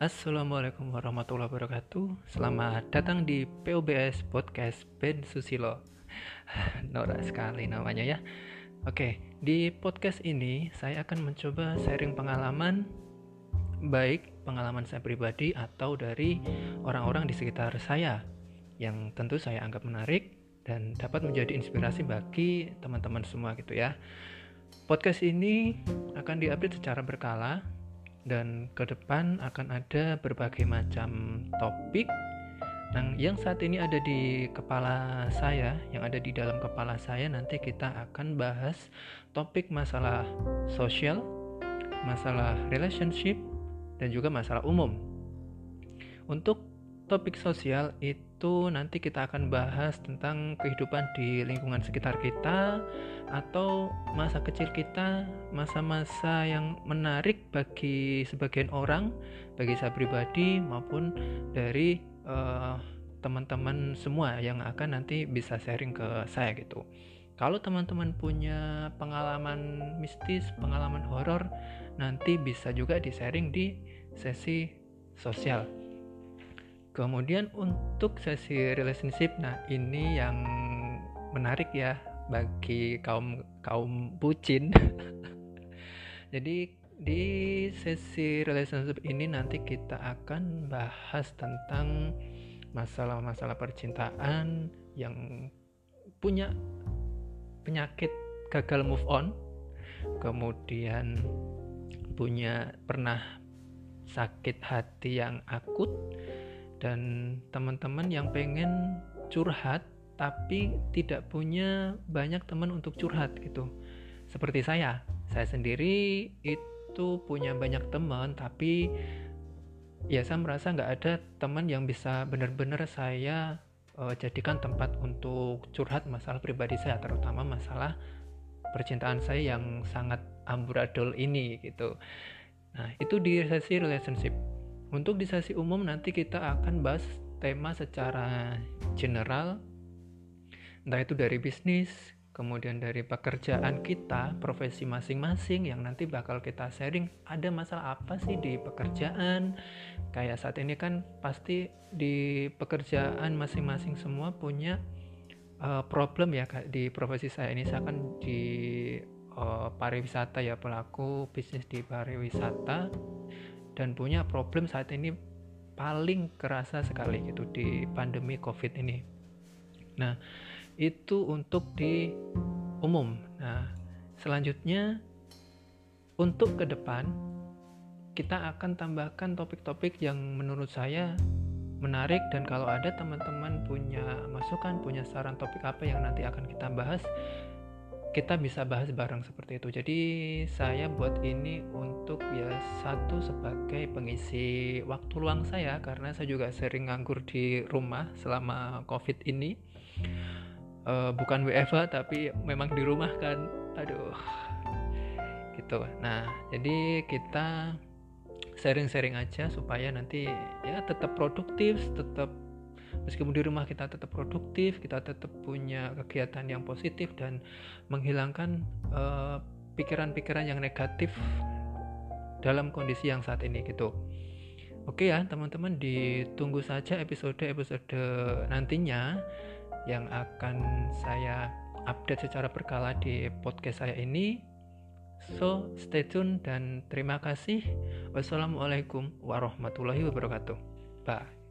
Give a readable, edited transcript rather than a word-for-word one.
Assalamualaikum warahmatullahi wabarakatuh. Selamat datang di POBS Podcast Ben Susilo. Norak sekali namanya ya. Oke, di podcast ini saya akan mencoba sharing pengalaman, baik pengalaman saya pribadi atau dari orang-orang di sekitar saya yang tentu saya anggap menarik dan dapat menjadi inspirasi bagi teman-teman semua gitu ya. Podcast ini akan diupdate secara berkala dan ke depan akan ada berbagai macam topik yang saat ini ada di kepala saya, yang ada di dalam kepala saya. Nanti kita akan bahas topik masalah sosial, masalah relationship, dan juga masalah umum. Untuk topik sosial itu nanti kita akan bahas tentang kehidupan di lingkungan sekitar kita atau masa kecil kita, masa-masa yang menarik bagi sebagian orang, bagi saya pribadi maupun dari teman-teman semua yang akan nanti bisa sharing ke saya gitu. Kalau teman-teman punya pengalaman mistis, pengalaman horor, nanti bisa juga di-sharing di sesi sosial. Kemudian untuk sesi relationship, nah ini yang menarik ya bagi kaum bucin. Jadi di sesi relationship ini nanti kita akan bahas tentang masalah-masalah percintaan yang punya penyakit gagal move on, kemudian pernah sakit hati yang akut, dan teman-teman yang pengen curhat tapi tidak punya banyak teman untuk curhat gitu. Seperti saya sendiri itu punya banyak teman, tapi ya saya merasa nggak ada teman yang bisa benar-benar saya jadikan tempat untuk curhat masalah pribadi saya, terutama masalah percintaan saya yang sangat amburadul ini gitu. Nah, itu di sesi relationship. Untuk di sesi umum nanti kita akan bahas tema secara general, entah itu dari bisnis, kemudian dari pekerjaan kita, profesi masing-masing yang nanti bakal kita sharing. Ada masalah apa sih di pekerjaan? Kayak saat ini kan pasti di pekerjaan masing-masing semua punya problem ya. Di profesi saya ini, saya kan di pariwisata ya, pelaku bisnis di pariwisata, dan punya problem saat ini paling kerasa sekali gitu di pandemi COVID ini. Nah, itu untuk di umum. Nah, selanjutnya untuk ke depan kita akan tambahkan topik-topik yang menurut saya menarik, dan kalau ada teman-teman punya masukan, punya saran topik apa yang nanti akan kita bahas, kita bisa bahas bareng seperti itu. Jadi saya buat ini untuk ya satu sebagai pengisi waktu luang saya, karena saya juga sering nganggur di rumah selama COVID ini. Bukan WFH tapi memang di rumah kan. Aduh. Gitu. Nah, jadi kita sharing-sharing aja supaya nanti ya tetap produktif, tetap meskipun di rumah kita tetap produktif, kita tetap punya kegiatan yang positif dan menghilangkan pikiran-pikiran yang negatif dalam kondisi yang saat ini gitu. Oke ya teman-teman, ditunggu saja episode-episode nantinya yang akan saya update secara berkala di podcast saya ini. So stay tune dan terima kasih. Wassalamualaikum warahmatullahi wabarakatuh. Bye.